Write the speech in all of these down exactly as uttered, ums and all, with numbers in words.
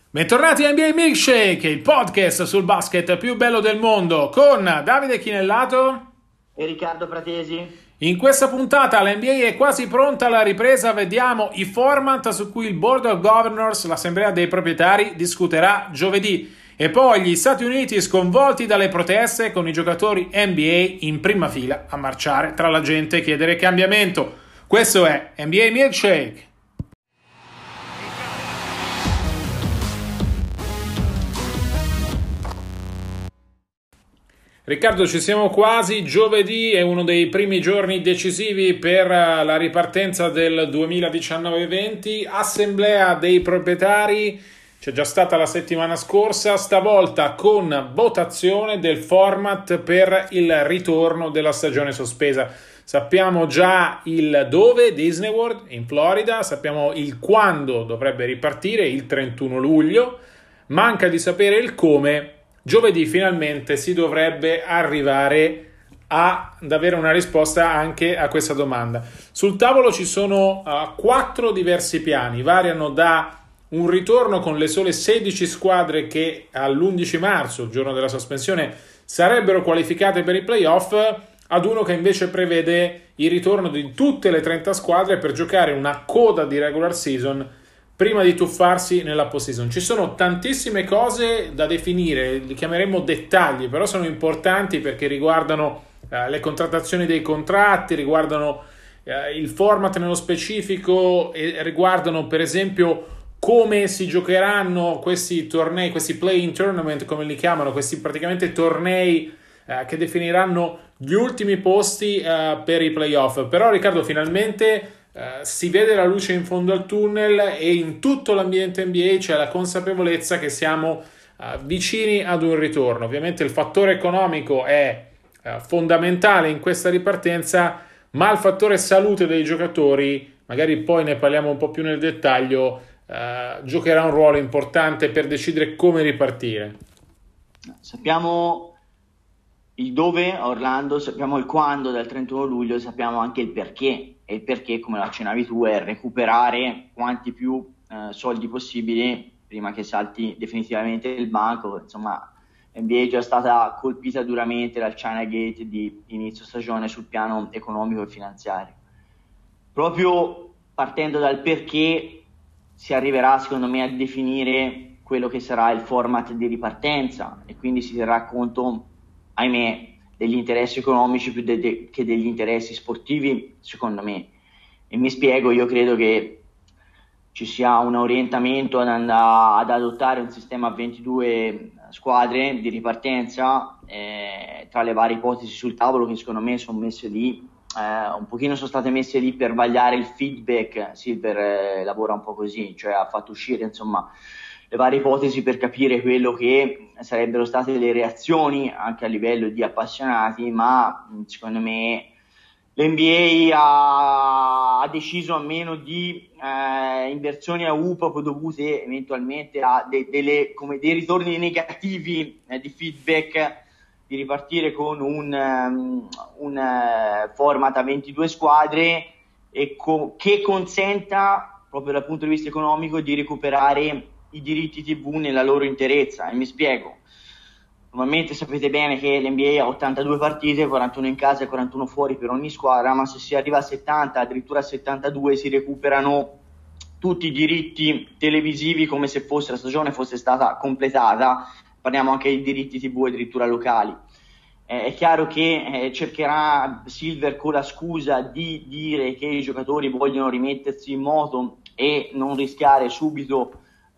Bentornati a N B A Milkshake, il podcast sul basket più bello del mondo con Davide Chinellato e Riccardo Pratesi. In questa puntata la N B A è quasi pronta alla ripresa, vediamo i format su cui il Board of Governors, l'assemblea dei proprietari, discuterà giovedì. E poi gli Stati Uniti sconvolti dalle proteste con i giocatori N B A in prima fila a marciare tra la gente e chiedere cambiamento. Questo è N B A Milkshake. Riccardo, ci siamo quasi, giovedì è uno dei primi giorni decisivi per la ripartenza del duemiladiciannove venti, assemblea dei proprietari, c'è già stata la settimana scorsa, stavolta con votazione del format per il ritorno della stagione sospesa. Sappiamo già il dove, Disney World in Florida, sappiamo il quando dovrebbe ripartire, il trentuno luglio, manca di sapere il come. Giovedì finalmente si dovrebbe arrivare a, ad avere una risposta anche a questa domanda. Sul tavolo ci sono uh, quattro diversi piani, variano da un ritorno con le sole sedici squadre che all'undici marzo, il giorno della sospensione, sarebbero qualificate per i playoff, ad uno che invece prevede il ritorno di tutte le trenta squadre per giocare una coda di regular season prima di tuffarsi nella postseason. Ci sono tantissime cose da definire, li chiameremo dettagli, però sono importanti perché riguardano eh, le contrattazioni dei contratti, riguardano eh, il format nello specifico e riguardano per esempio come si giocheranno questi tornei, questi play-in tournament come li chiamano, questi praticamente tornei eh, che definiranno gli ultimi posti eh, per i playoff. Però Riccardo, finalmente Uh, si vede la luce in fondo al tunnel e in tutto l'ambiente N B A c'è la consapevolezza che siamo uh, vicini ad un ritorno. Ovviamente il fattore economico è uh, fondamentale in questa ripartenza, ma il fattore salute dei giocatori, magari poi ne parliamo un po' più nel dettaglio, uh, giocherà un ruolo importante per decidere come ripartire. Sappiamo il dove a Orlando, sappiamo il quando dal trentuno luglio, sappiamo anche il perché. E il perché, come lo accennavi tu, è recuperare quanti più eh, soldi possibili prima che salti definitivamente il banco. Insomma, N B A è già stata colpita duramente dal China Gate di inizio stagione sul piano economico e finanziario. Proprio partendo dal perché si arriverà, secondo me, a definire quello che sarà il format di ripartenza e quindi si terrà conto, ahimè, degli interessi economici più de- de- che degli interessi sportivi, secondo me. E mi spiego, io credo che ci sia un orientamento ad, and- ad adottare un sistema a ventidue squadre di ripartenza, eh, tra le varie ipotesi sul tavolo che secondo me sono messe lì, eh, un pochino sono state messe lì per vagliare il feedback. Silver eh, lavora un po' così, cioè ha fatto uscire insomma le varie ipotesi per capire quello che sarebbero state le reazioni anche a livello di appassionati, ma secondo me l'N B A ha, ha deciso a meno di eh, inversioni a U P O dovute eventualmente a de, delle, come dei ritorni negativi eh, di feedback, di ripartire con un, um, un uh, format a ventidue squadre e co- che consenta proprio dal punto di vista economico di recuperare i diritti tivù nella loro interezza. E mi spiego, normalmente sapete bene che l'N B A ha ottantadue partite, quarantuno in casa e quarantuno fuori per ogni squadra, ma se si arriva a settanta, addirittura a settantadue, si recuperano tutti i diritti televisivi come se fosse la stagione fosse stata completata. Parliamo anche di diritti tivù addirittura locali. Eh, è chiaro che eh, cercherà Silver con la scusa di dire che i giocatori vogliono rimettersi in moto e non rischiare subito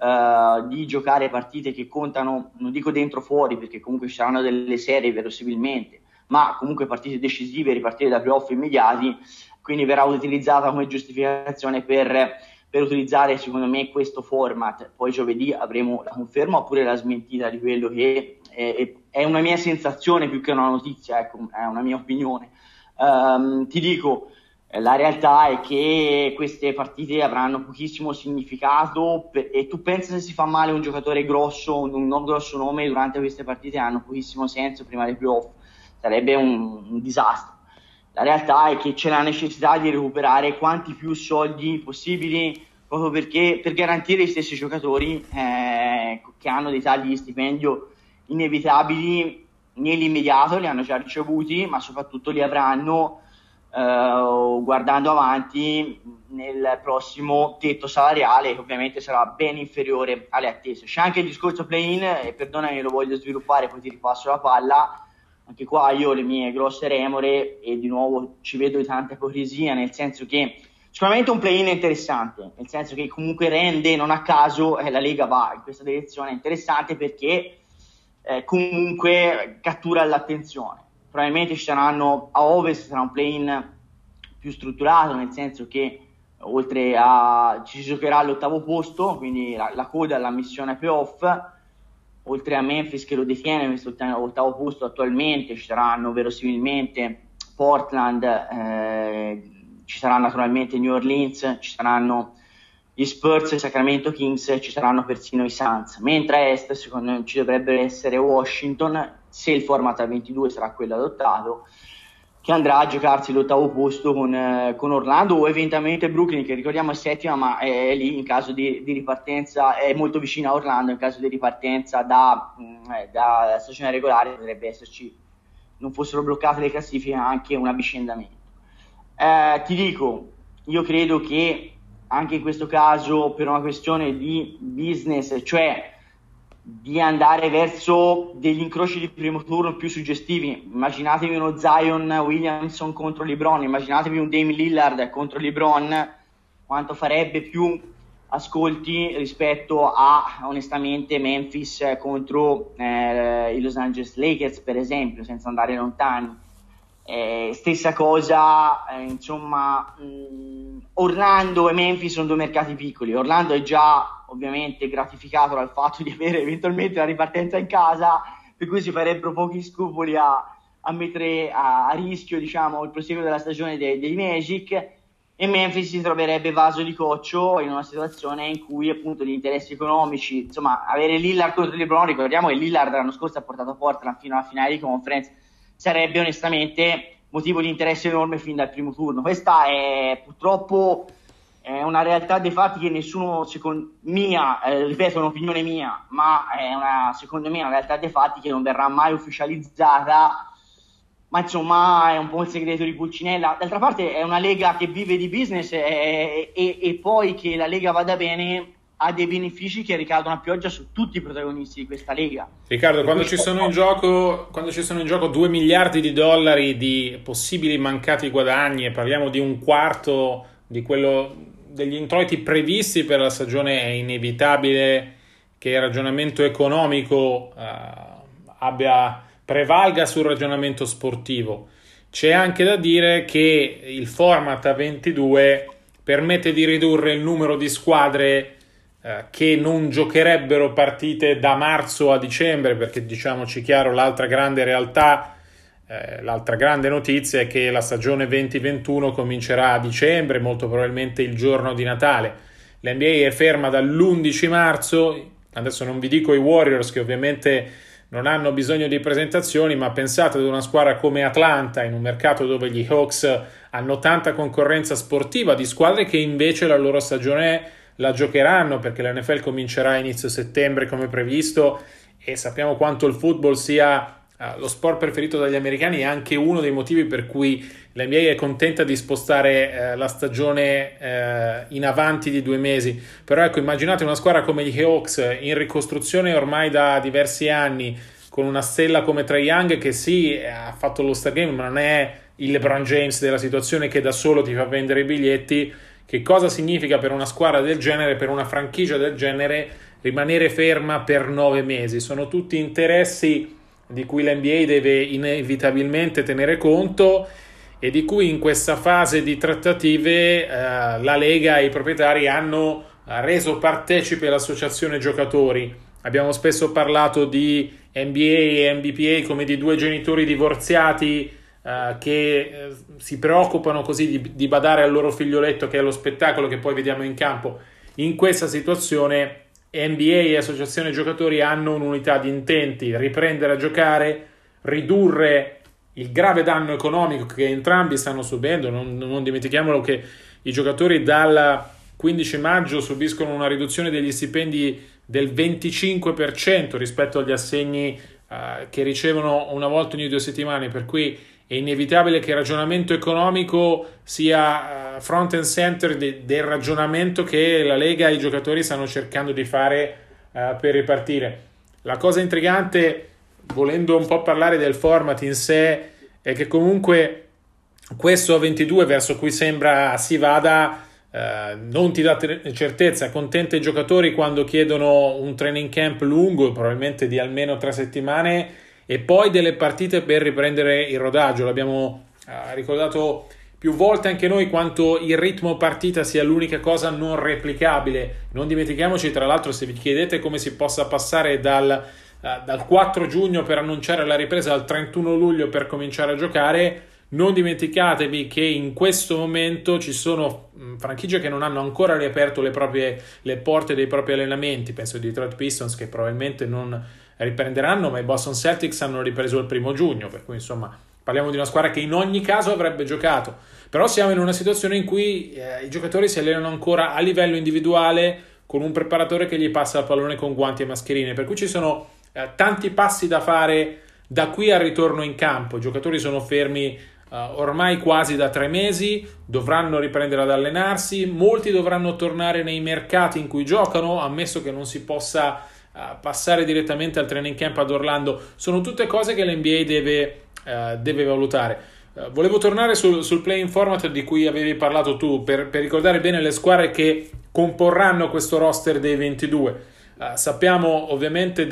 Uh, di giocare partite che contano, non dico dentro o fuori perché comunque ci saranno delle serie verosimilmente, ma comunque partite decisive, ripartire da playoff immediati, quindi verrà utilizzata come giustificazione per, per utilizzare secondo me questo format. Poi giovedì avremo la conferma oppure la smentita di quello che è, è una mia sensazione più che una notizia, ecco, è una mia opinione. Um, ti dico, la realtà è che queste partite avranno pochissimo significato per, e tu pensi se si fa male un giocatore grosso, un non grosso nome durante queste partite hanno pochissimo senso prima dei playoff, sarebbe un, un disastro. La realtà è che c'è la necessità di recuperare quanti più soldi possibili proprio perché per garantire gli stessi giocatori eh, che hanno dei tagli di stipendio inevitabili nell'immediato, li hanno già ricevuti, ma soprattutto li avranno eh, guardando avanti nel prossimo tetto salariale, che ovviamente sarà ben inferiore alle attese. C'è anche il discorso play-in, e perdonami, lo voglio sviluppare, poi ti ripasso la palla. Anche qua io ho le mie grosse remore e di nuovo ci vedo di tanta ipocrisia, nel senso che sicuramente un play-in è interessante, nel senso che comunque rende, non a caso eh, la Lega va in questa direzione, è interessante perché eh, comunque cattura l'attenzione. Probabilmente ci saranno, a Ovest sarà un play-in più strutturato, nel senso che oltre a ci si giocherà all'ottavo posto, quindi la, la coda alla missione playoff, oltre a Memphis che lo detiene questo ottavo posto attualmente, ci saranno verosimilmente Portland, eh, ci sarà naturalmente New Orleans, ci saranno gli Spurs e Sacramento Kings, ci saranno persino i Suns, mentre a Est secondo me ci dovrebbe essere Washington, se il format a ventidue sarà quello adottato, che andrà a giocarsi l'ottavo posto con, eh, con Orlando o eventualmente Brooklyn, che ricordiamo è settima, ma è, è lì in caso di, di ripartenza, è molto vicina a Orlando, in caso di ripartenza da, eh, da stagione regolare potrebbe esserci, non fossero bloccate le classifiche, anche un avvicendamento. Eh, ti dico, io credo che anche in questo caso per una questione di business, cioè di andare verso degli incroci di primo turno più suggestivi, immaginatevi uno Zion Williamson contro LeBron, immaginatevi un Dame Lillard contro LeBron, quanto farebbe più ascolti rispetto a onestamente Memphis contro eh, i Los Angeles Lakers, per esempio, senza andare lontani. Eh, stessa cosa, eh, insomma, mh, Orlando e Memphis sono due mercati piccoli. Orlando è già ovviamente gratificato dal fatto di avere eventualmente la ripartenza in casa, per cui si farebbero pochi scrupoli a, a mettere a, a rischio, diciamo, il proseguo della stagione dei, dei Magic, e Memphis si troverebbe vaso di coccio in una situazione in cui appunto gli interessi economici, insomma, avere Lillard contro LeBron, ricordiamo che Lillard l'anno scorso ha portato Portland fino alla finale di conference, sarebbe onestamente motivo di interesse enorme fin dal primo turno. Questa è purtroppo è una realtà dei fatti che nessuno, secondo mia, eh, ripeto, è un'opinione mia, ma è una, secondo me, una realtà dei fatti che non verrà mai ufficializzata, ma insomma è un po' il segreto di Pulcinella. D'altra parte è una lega che vive di business e, e, e poi che la lega vada bene ha dei benefici che ricadono a pioggia su tutti i protagonisti di questa lega. Riccardo, quando ci sono in gioco quando ci sono in gioco due miliardi di dollari di possibili mancati guadagni, e parliamo di un quarto di quello degli introiti previsti per la stagione, è inevitabile che il ragionamento economico eh, abbia prevalga sul ragionamento sportivo. C'è anche da dire che il format a ventidue permette di ridurre il numero di squadre eh, che non giocherebbero partite da marzo a dicembre, perché diciamoci chiaro, l'altra grande realtà, eh, l'altra grande notizia è che la stagione venti ventuno comincerà a dicembre, molto probabilmente il giorno di Natale. L'N B A è ferma dall'undici marzo, adesso non vi dico i Warriors che ovviamente non hanno bisogno di presentazioni, ma pensate ad una squadra come Atlanta in un mercato dove gli Hawks hanno tanta concorrenza sportiva di squadre che invece la loro stagione la giocheranno, perché l'N F L comincerà a inizio settembre come previsto, e sappiamo quanto il football sia uh, lo sport preferito dagli americani, è anche uno dei motivi per cui l'N B A è contenta di spostare uh, la stagione uh, in avanti di due mesi. Però ecco, immaginate una squadra come gli Hawks in ricostruzione ormai da diversi anni, con una stella come Trae Young che sì, ha fatto lo Star Game, ma non è il LeBron James della situazione che da solo ti fa vendere i biglietti. Che cosa significa per una squadra del genere, per una franchigia del genere, rimanere ferma per nove mesi? Sono tutti interessi di cui l'N B A deve inevitabilmente tenere conto e di cui in questa fase di trattative eh, la Lega e i proprietari hanno reso partecipe l'associazione giocatori. Abbiamo spesso parlato di N B A e N B P A come di due genitori divorziati Uh, che uh, si preoccupano così di, di badare al loro figlioletto, che è lo spettacolo che poi vediamo in campo. In questa situazione N B A e associazione giocatori hanno un'unità di intenti: riprendere a giocare, ridurre il grave danno economico che entrambi stanno subendo. Non, non dimentichiamolo che i giocatori dal quindici maggio subiscono una riduzione degli stipendi del venticinque per cento rispetto agli assegni uh, che ricevono una volta ogni due settimane, per cui è inevitabile che il ragionamento economico sia uh, front and center de- del ragionamento che la Lega e i giocatori stanno cercando di fare uh, per ripartire. La cosa intrigante, volendo un po' parlare del format in sé, è che comunque questo ventidue verso cui sembra si vada Uh, non ti dà ter- certezza, contenta i giocatori quando chiedono un training camp lungo, probabilmente di almeno tre settimane, e poi delle partite per riprendere il rodaggio. L'abbiamo uh, ricordato più volte anche noi quanto il ritmo partita sia l'unica cosa non replicabile. Non dimentichiamoci, tra l'altro, se vi chiedete come si possa passare dal, uh, dal quattro giugno per annunciare la ripresa al trentuno luglio per cominciare a giocare, non dimenticatevi che in questo momento ci sono franchigie che non hanno ancora riaperto le proprie le porte dei propri allenamenti. Penso ai Detroit Pistons, che probabilmente non riprenderanno, ma i Boston Celtics hanno ripreso il primo giugno, per cui insomma parliamo di una squadra che in ogni caso avrebbe giocato. Però siamo in una situazione in cui eh, i giocatori si allenano ancora a livello individuale con un preparatore che gli passa il pallone con guanti e mascherine, per cui ci sono eh, tanti passi da fare da qui al ritorno in campo. I giocatori sono fermi Uh, ormai quasi da tre mesi, dovranno riprendere ad allenarsi, molti dovranno tornare nei mercati in cui giocano, ammesso che non si possa uh, passare direttamente al training camp ad Orlando. Sono tutte cose che l'N B A deve, uh, deve valutare. Uh, volevo tornare sul, sul play-in format di cui avevi parlato tu, per, per ricordare bene le squadre che comporranno questo roster dei ventidue. Uh, sappiamo ovviamente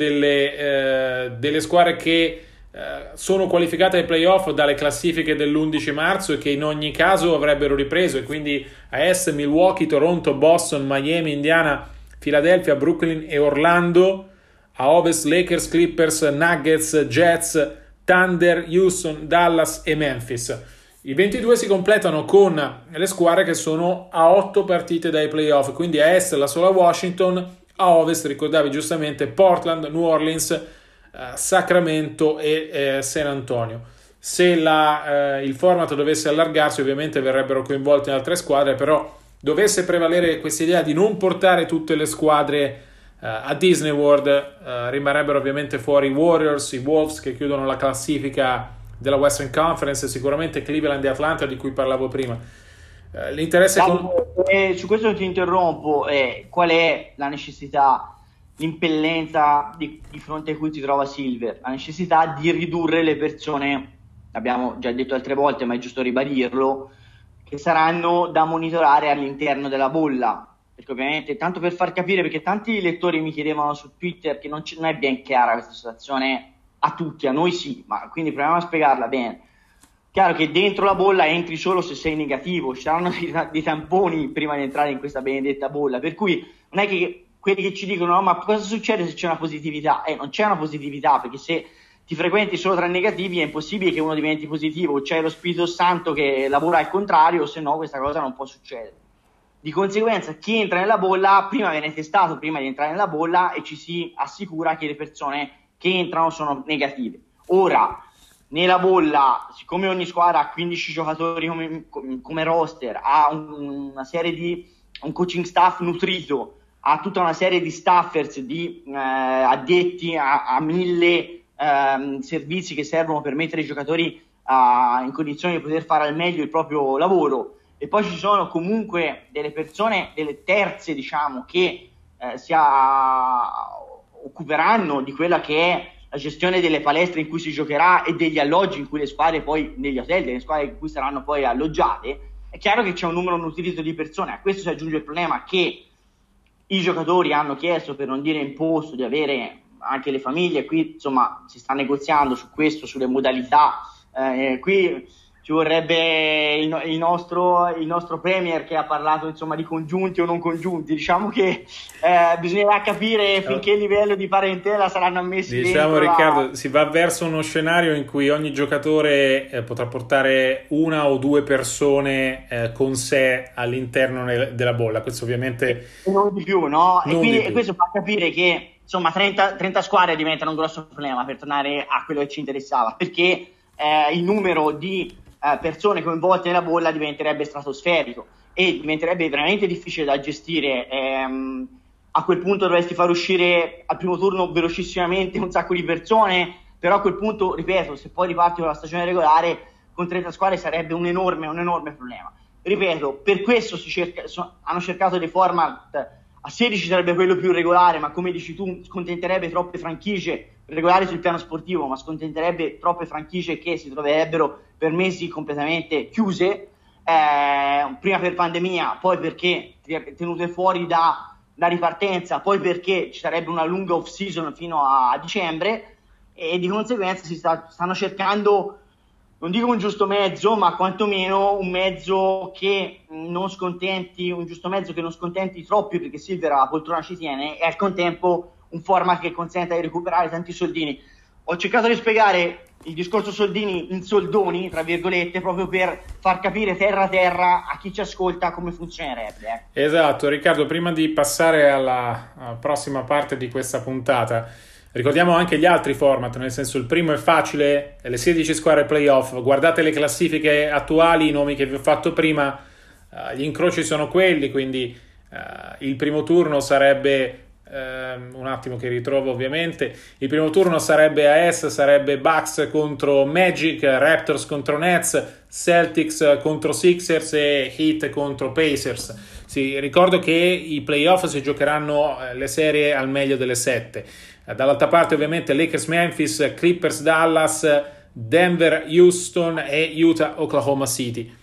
delle, uh, delle squadre che Uh, sono qualificate ai playoff dalle classifiche dell'undici marzo e che in ogni caso avrebbero ripreso, e quindi a est Milwaukee, Toronto, Boston, Miami, Indiana, Philadelphia, Brooklyn e Orlando. A ovest Lakers, Clippers, Nuggets, Jets, Thunder, Houston, Dallas e Memphis. I ventidue si completano con le squadre che sono a otto partite dai playoff, quindi a est la sola Washington, a ovest ricordavi giustamente Portland, New Orleans, Uh, Sacramento e uh, San Antonio. Se la, uh, il format dovesse allargarsi, ovviamente verrebbero coinvolte altre squadre, però dovesse prevalere questa idea di non portare tutte le squadre uh, a Disney World, uh, rimarrebbero ovviamente fuori i Warriors, i Wolves che chiudono la classifica della Western Conference, e sicuramente Cleveland e Atlanta di cui parlavo prima. Uh, l'interesse con... eh, su questo ti interrompo, eh, qual è la necessità, l'impellenza di, di fronte a cui si trova Silver? La necessità di ridurre le persone, l'abbiamo già detto altre volte ma è giusto ribadirlo, che saranno da monitorare all'interno della bolla, perché ovviamente, tanto per far capire, perché tanti lettori mi chiedevano su Twitter che non, c- non è ben chiara questa situazione a tutti, a noi sì, ma quindi proviamo a spiegarla bene. Chiaro che dentro la bolla entri solo se sei negativo, ci saranno dei, dei tamponi prima di entrare in questa benedetta bolla, per cui non è che quelli che ci dicono oh, ma cosa succede se c'è una positività? Eh, non c'è una positività, perché se ti frequenti solo tra negativi è impossibile che uno diventi positivo, c'è lo Spirito Santo che lavora al contrario, se no questa cosa non può succedere. Di conseguenza chi entra nella bolla prima viene testato prima di entrare nella bolla e ci si assicura che le persone che entrano sono negative. Ora, nella bolla, siccome ogni squadra ha quindici giocatori come, come roster, ha un, una serie di un coaching staff nutrito, ha tutta una serie di staffers, di eh, addetti a, a mille eh, servizi che servono per mettere i giocatori uh, in condizione di poter fare al meglio il proprio lavoro, e poi ci sono comunque delle persone, delle terze diciamo, che eh, si a, occuperanno di quella che è la gestione delle palestre in cui si giocherà e degli alloggi in cui le squadre poi, negli hotel delle squadre in cui saranno poi alloggiate. È chiaro che c'è un numero nutrito di persone. A questo si aggiunge il problema che i giocatori hanno chiesto, per non dire imposto, di avere anche le famiglie. Qui insomma si sta negoziando su questo, sulle modalità. Eh, qui ci vorrebbe il, il, nostro, il nostro premier che ha parlato insomma di congiunti o non congiunti. Diciamo che eh, bisognerà capire fin che livello di parentela saranno ammessi. Diciamo Riccardo, la... si va verso uno scenario in cui ogni giocatore eh, potrà portare una o due persone eh, con sé all'interno ne- della bolla. Questo ovviamente e non di più, no? Non e quindi di più. Questo fa capire che insomma trenta, trenta squadre diventano un grosso problema, per tornare a quello che ci interessava, perché eh, il numero di persone coinvolte nella bolla diventerebbe stratosferico. e diventerebbe veramente difficile da gestire. Ehm, a quel punto dovresti far uscire al primo turno velocissimamente un sacco di persone, però a quel punto, ripeto, se poi riparti con la stagione regolare con trenta squadre sarebbe un enorme, un enorme problema. Ripeto, per questo si cerca, so, hanno cercato dei format, a sedici sarebbe quello più regolare, ma come dici tu scontenterebbe troppe franchigie, regolari sul piano sportivo, ma scontenterebbe troppe franchigie che si troverebbero per mesi completamente chiuse, eh, prima per pandemia, poi perché tenute fuori da, da ripartenza, poi perché ci sarebbe una lunga off season fino a, a dicembre, e di conseguenza si sta, stanno cercando, non dico un giusto mezzo, ma quantomeno un mezzo che non scontenti, un giusto mezzo che non scontenti troppi, perché Silver la poltrona ci tiene, e al contempo un format che consenta di recuperare tanti soldini. Ho cercato di spiegare il discorso soldini in soldoni, tra virgolette, proprio per far capire terra terra a chi ci ascolta come funzionerebbe. Esatto, Riccardo, prima di passare alla, alla prossima parte di questa puntata, ricordiamo anche gli altri format, nel senso il primo è facile, le sedici squadre playoff, guardate le classifiche attuali, i nomi che vi ho fatto prima, uh, gli incroci sono quelli, quindi uh, il primo turno sarebbe, uh, un attimo che ritrovo ovviamente, il primo turno sarebbe a est, sarebbe Bucks contro Magic, Raptors contro Nets, Celtics contro Sixers e Heat contro Pacers. Sì, ricordo che i playoff si giocheranno uh, le serie al meglio delle sette. Dall'altra parte ovviamente Lakers Memphis, Clippers Dallas, Denver Houston e Utah Oklahoma City.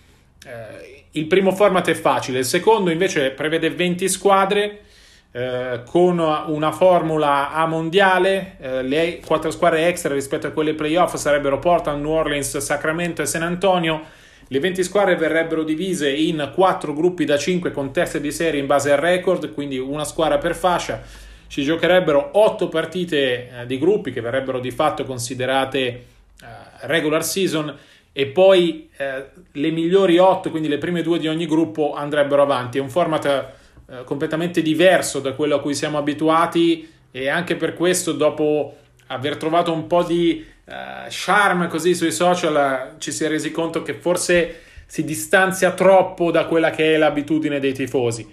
Eh, il primo format è facile, il secondo invece prevede venti squadre eh, con una formula a mondiale. Eh, le quattro squadre extra rispetto a quelle playoff sarebbero Portland, New Orleans, Sacramento e San Antonio. Le venti squadre verrebbero divise in quattro gruppi da cinque con teste di serie in base al record, quindi una squadra per fascia. Ci giocherebbero otto partite eh, di gruppi che verrebbero di fatto considerate eh, regular season, e poi eh, le migliori otto, quindi le prime due di ogni gruppo, andrebbero avanti. È un format eh, completamente diverso da quello a cui siamo abituati, e anche per questo, dopo aver trovato un po' di eh, charme così sui social, eh, ci si è resi conto che forse si distanzia troppo da quella che è l'abitudine dei tifosi.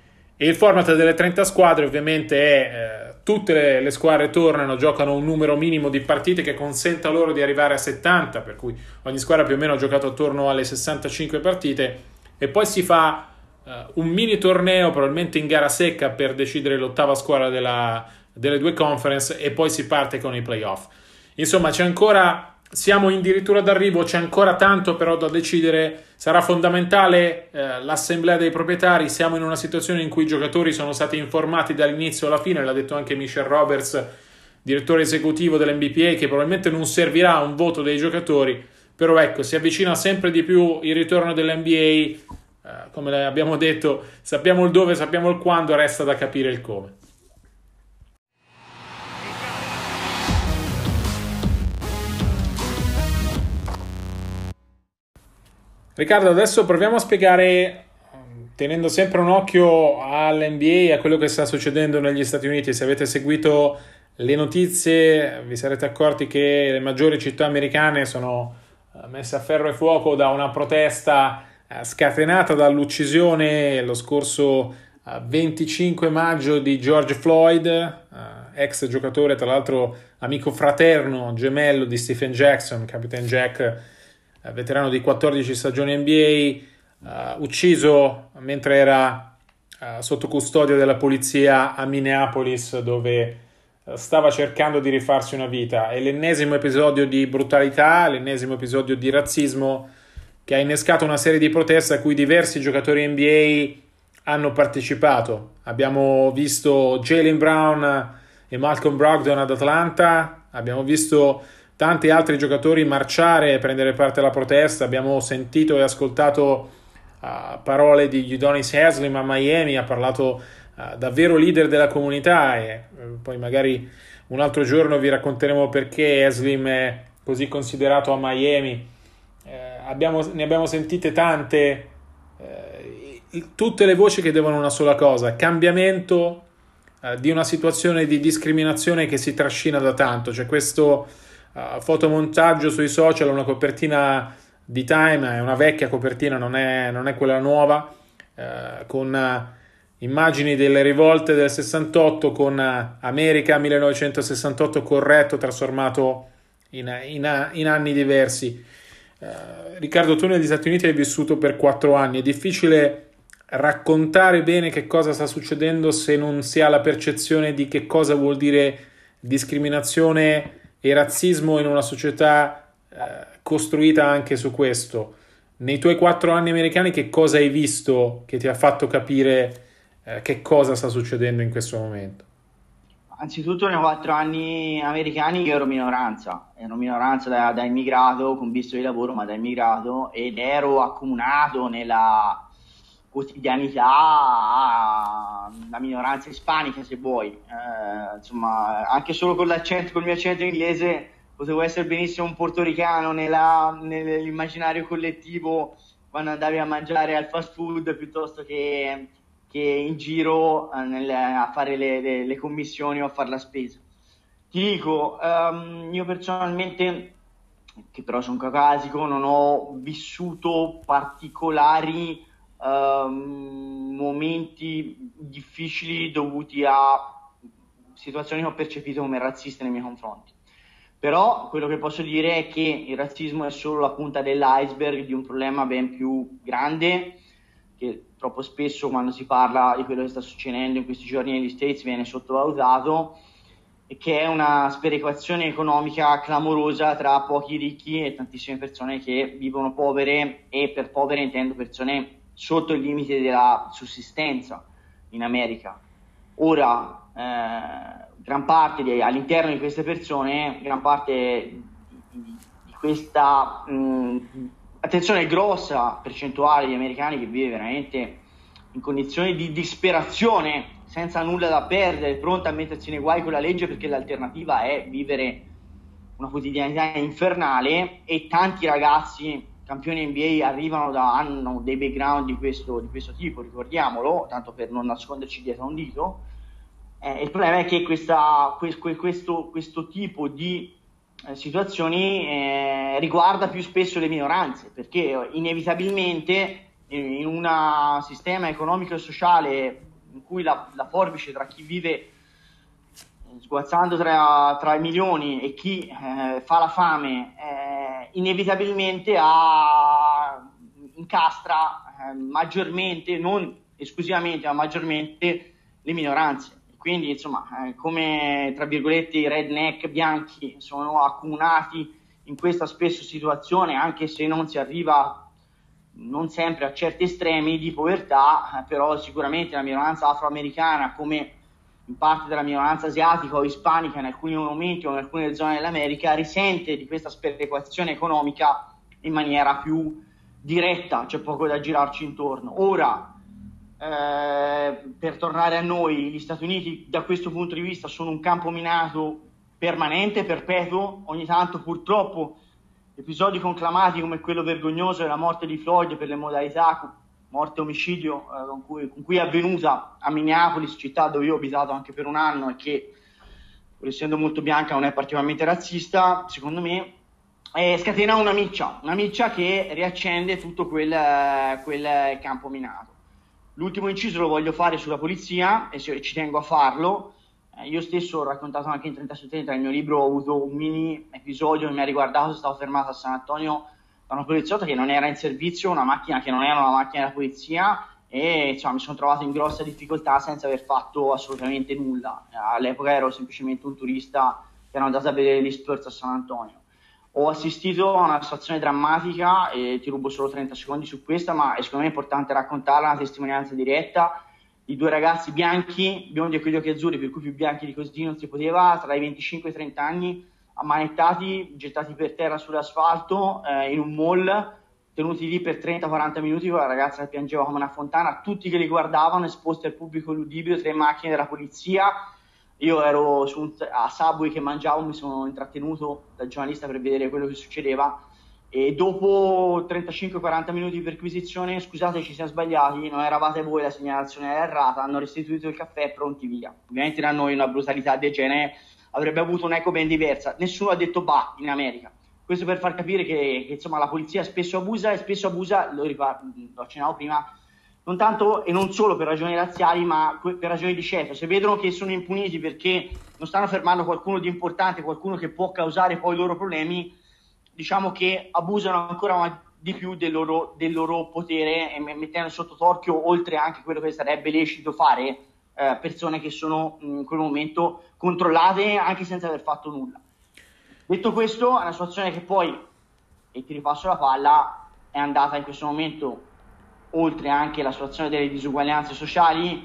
E il format delle trenta squadre ovviamente è eh, tutte le, le squadre tornano, giocano un numero minimo di partite che consenta loro di arrivare a settanta, per cui ogni squadra più o meno ha giocato attorno alle sessantacinque partite, e poi si fa eh, un mini torneo probabilmente in gara secca per decidere l'ottava squadra della, delle due conference, e poi si parte con i playoff. Insomma, c'è ancora... Siamo addirittura d'arrivo, c'è ancora tanto però da decidere. Sarà fondamentale eh, l'assemblea dei proprietari. Siamo in una situazione in cui i giocatori sono stati informati dall'inizio alla fine, l'ha detto anche Michelle Roberts, direttore esecutivo dell'N B P A, che probabilmente non servirà un voto dei giocatori, però ecco, si avvicina sempre di più il ritorno dell'N B A, eh, come abbiamo detto, sappiamo il dove, sappiamo il quando, resta da capire il come. Riccardo, adesso proviamo a spiegare, tenendo sempre un occhio all'N B A, a quello che sta succedendo negli Stati Uniti. Se avete seguito le notizie vi sarete accorti che le maggiori città americane sono messe a ferro e fuoco da una protesta scatenata dall'uccisione lo scorso venticinque maggio di George Floyd, ex giocatore, tra l'altro amico fraterno, gemello di Stephen Jackson, Captain Jack, veterano di quattordici stagioni N B A, uh, ucciso mentre era uh, sotto custodia della polizia a Minneapolis, dove uh, stava cercando di rifarsi una vita. È l'ennesimo episodio di brutalità, l'ennesimo episodio di razzismo che ha innescato una serie di proteste a cui diversi giocatori N B A hanno partecipato. Abbiamo visto Jaylen Brown e Malcolm Brogdon ad Atlanta, abbiamo visto tanti altri giocatori marciare e prendere parte alla protesta. Abbiamo sentito e ascoltato uh, parole di Udonis Haslem a Miami, ha parlato uh, davvero leader della comunità, e uh, poi magari un altro giorno vi racconteremo perché Haslem è così considerato a Miami. Uh, abbiamo, ne abbiamo sentite tante, uh, tutte le voci che devono una sola cosa: cambiamento uh, di una situazione di discriminazione che si trascina da tanto. C'è questo Uh, fotomontaggio sui social, una copertina di Time, è una vecchia copertina, non è, non è quella nuova, eh, con eh, immagini delle rivolte del sessantotto, con eh, America millenovecentosessantotto corretto, trasformato in, in, in anni diversi. Eh, Riccardo, tu negli Stati Uniti hai vissuto per quattro anni, è difficile raccontare bene che cosa sta succedendo se non si ha la percezione di che cosa vuol dire discriminazione e razzismo in una società eh, costruita anche su questo. Nei tuoi quattro anni americani che cosa hai visto che ti ha fatto capire eh, che cosa sta succedendo in questo momento? Anzitutto nei quattro anni americani io ero minoranza, ero minoranza da, da immigrato, con visto di lavoro, ma da immigrato, ed ero accomunato nella quotidianità la minoranza ispanica, se vuoi. Eh, insomma, anche solo con l'accento, col mio accento inglese, potevo essere benissimo un portoricano nella, nell'immaginario collettivo quando andavi a mangiare al fast food piuttosto che, che in giro eh, nel, a fare le, le, le commissioni o a fare la spesa. Ti dico, um, io personalmente, che però sono caucasico, non ho vissuto particolari Um, momenti difficili dovuti a situazioni che ho percepito come razziste nei miei confronti. Però quello che posso dire è che il razzismo è solo la punta dell'iceberg di un problema ben più grande, che troppo spesso quando si parla di quello che sta succedendo in questi giorni negli States viene sottovalutato, e che è una sperequazione economica clamorosa tra pochi ricchi e tantissime persone che vivono povere, e per povere intendo persone sotto il limite della sussistenza in America. Ora, eh, gran parte di, all'interno di queste persone, gran parte di, di questa mh, attenzione grossa percentuale di americani che vive veramente in condizioni di disperazione, senza nulla da perdere, pronta a mettersi nei guai con la legge perché l'alternativa è vivere una quotidianità infernale, e tanti ragazzi campioni N B A arrivano da, hanno dei background di questo, di questo tipo, ricordiamolo, tanto per non nasconderci dietro un dito. Eh, il problema è che questa, questo, questo tipo di eh, situazioni eh, riguarda più spesso le minoranze, perché inevitabilmente in un sistema economico e sociale in cui la, la forbice tra chi vive sguazzando tra, tra i milioni e chi eh, fa la fame eh, inevitabilmente ha, incastra eh, maggiormente, non esclusivamente ma maggiormente, le minoranze. Quindi insomma eh, come tra virgolette i redneck bianchi sono accomunati in questa spesso situazione, anche se non si arriva non sempre a certi estremi di povertà, eh, però sicuramente la minoranza afroamericana, come in parte della minoranza asiatica o ispanica in alcuni momenti o in alcune zone dell'America, risente di questa sperequazione economica in maniera più diretta, c'è poco da girarci intorno. Ora, eh, per tornare a noi, gli Stati Uniti da questo punto di vista sono un campo minato permanente, perpetuo. Ogni tanto purtroppo episodi conclamati come quello vergognoso della morte di Floyd per le modalità morte omicidio eh, con, cui, con cui è avvenuta a Minneapolis, città dove io ho abitato anche per un anno e che, pur essendo molto bianca, non è particolarmente razzista, secondo me, eh, scatena una miccia, una miccia che riaccende tutto quel, quel campo minato. L'ultimo inciso lo voglio fare sulla polizia e ci tengo a farlo. Eh, io stesso ho raccontato anche in trenta su trenta, nel mio libro ho avuto un mini episodio che mi ha riguardato, stavo fermato a San Antonio da una poliziotto che non era in servizio, una macchina che non era una macchina della polizia, e insomma, mi sono trovato in grossa difficoltà senza aver fatto assolutamente nulla. All'epoca ero semplicemente un turista che ero andato a vedere gli Spurs a San Antonio. Ho assistito a una situazione drammatica e ti rubo solo trenta secondi su questa, ma è secondo me importante raccontarla, una testimonianza diretta di due ragazzi bianchi, biondi e con gli occhi azzurri, per cui più bianchi di così non si poteva, tra i venticinque e i trenta anni, ammanettati, gettati per terra sull'asfalto eh, in un mall, tenuti lì per trenta quaranta minuti con la ragazza che piangeva come una fontana, tutti che li guardavano, esposti al pubblico ludibrio, tre macchine della polizia. Io ero su un, a Subway che mangiavo, mi sono intrattenuto da giornalista per vedere quello che succedeva, e dopo trentacinque quaranta minuti di perquisizione: scusate, ci siamo sbagliati, non eravate voi, la segnalazione era errata, hanno restituito il caffè, pronti via. Ovviamente da noi una brutalità del genere avrebbe avuto un'eco ben diversa, nessuno ha detto bah in America. Questo per far capire che, che insomma la polizia spesso abusa, e spesso abusa, lo, ripar- lo accennavo prima, non tanto e non solo per ragioni razziali, ma per ragioni di scelta. Se vedono che sono impuniti perché non stanno fermando qualcuno di importante, qualcuno che può causare poi i loro problemi, diciamo che abusano ancora di più del loro, del loro potere, e mettendo sotto torchio, oltre anche quello che sarebbe lecito fare, eh, persone che sono in quel momento controllate anche senza aver fatto nulla. Detto questo, è una situazione che poi, e ti ripasso la palla, è andata in questo momento oltre anche la situazione delle disuguaglianze sociali,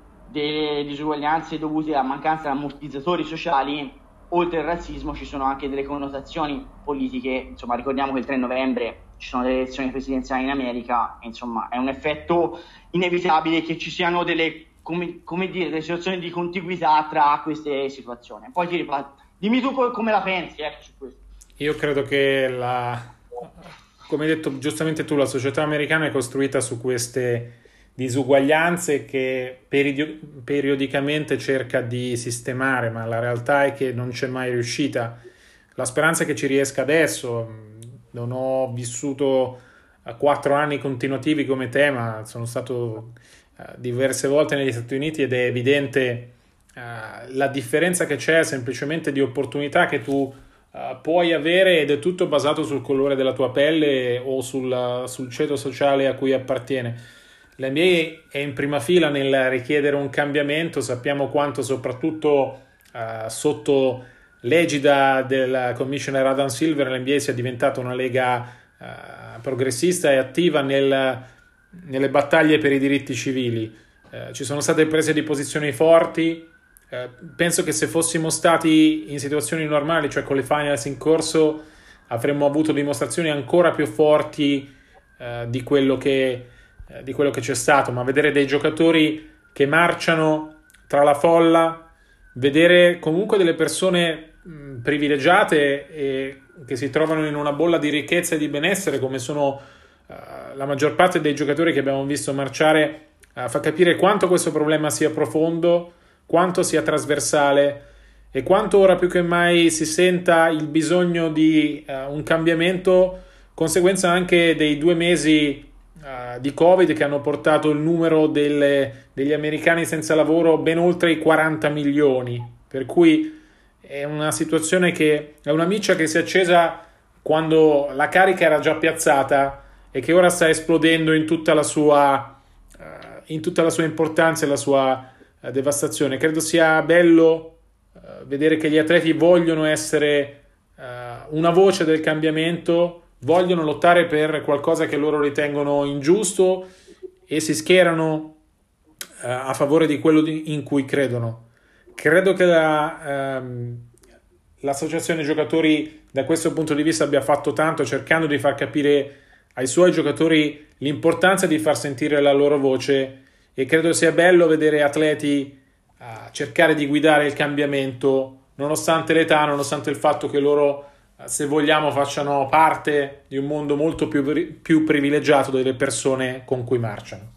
delle disuguaglianze dovute alla mancanza di ammortizzatori sociali. Oltre al razzismo ci sono anche delle connotazioni politiche. Insomma, ricordiamo che il tre novembre ci sono delle elezioni presidenziali in America, e, insomma, è un effetto inevitabile che ci siano delle, come, come dire, delle situazioni di contiguità tra queste situazioni. Poi ti riparto. Dimmi tu come la pensi, ecco, su questo. Io credo che la... come hai detto giustamente tu, la società americana è costruita su queste disuguaglianze che periodi- periodicamente cerca di sistemare, ma la realtà è che non c'è mai riuscita. La speranza è che ci riesca adesso. Non ho vissuto quattro anni continuativi come te, ma sono stato uh, diverse volte negli Stati Uniti, ed è evidente uh, la differenza che c'è semplicemente di opportunità che tu Uh, puoi avere, ed è tutto basato sul colore della tua pelle o sul, sul ceto sociale a cui appartiene. L'N B A è in prima fila nel richiedere un cambiamento. Sappiamo quanto, soprattutto uh, sotto l'egida del commissioner Adam Silver, l'N B A sia diventata una lega uh, progressista e attiva nel, nelle battaglie per i diritti civili. Uh, ci sono state prese di posizioni forti. Uh, penso che se fossimo stati in situazioni normali, cioè con le finals in corso, avremmo avuto dimostrazioni ancora più forti uh, di quello che, uh, di quello che c'è stato. Ma vedere dei giocatori che marciano tra la folla, vedere comunque delle persone mh, privilegiate e che si trovano in una bolla di ricchezza e di benessere, come sono uh, la maggior parte dei giocatori che abbiamo visto marciare, uh, fa capire quanto questo problema sia profondo, quanto sia trasversale e quanto ora più che mai si senta il bisogno di uh, un cambiamento, conseguenza anche dei due mesi uh, di Covid che hanno portato il numero delle, degli americani senza lavoro ben oltre i quaranta milioni, per cui è una situazione che è una miccia che si è accesa quando la carica era già piazzata e che ora sta esplodendo in tutta la sua, uh, in tutta la sua importanza e la sua devastazione. Credo sia bello uh, vedere che gli atleti vogliono essere uh, una voce del cambiamento, vogliono lottare per qualcosa che loro ritengono ingiusto e si schierano uh, a favore di quello di, in cui credono. Credo che la, um, l'associazione giocatori da questo punto di vista abbia fatto tanto, cercando di far capire ai suoi giocatori l'importanza di far sentire la loro voce. E credo sia bello vedere atleti uh, cercare di guidare il cambiamento, nonostante l'età, nonostante il fatto che loro, uh, se vogliamo, facciano parte di un mondo molto più, più privilegiato delle persone con cui marciano.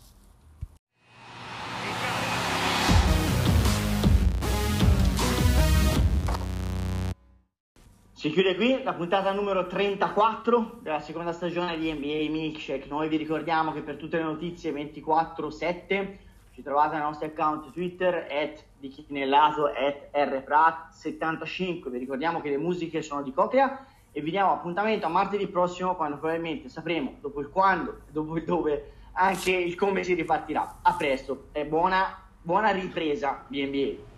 Si chiude qui la puntata numero trentaquattro della seconda stagione di N B A Milkshake. Noi vi ricordiamo che per tutte le notizie ventiquattro sette ci trovate nei nostri account Twitter, at di Chinellato, at rprat settantacinque. Vi ricordiamo che le musiche sono di Cocrea e vi diamo appuntamento a martedì prossimo, quando probabilmente sapremo, dopo il quando, dopo il dove, anche il come si ripartirà. A presto e buona, buona ripresa di N B A.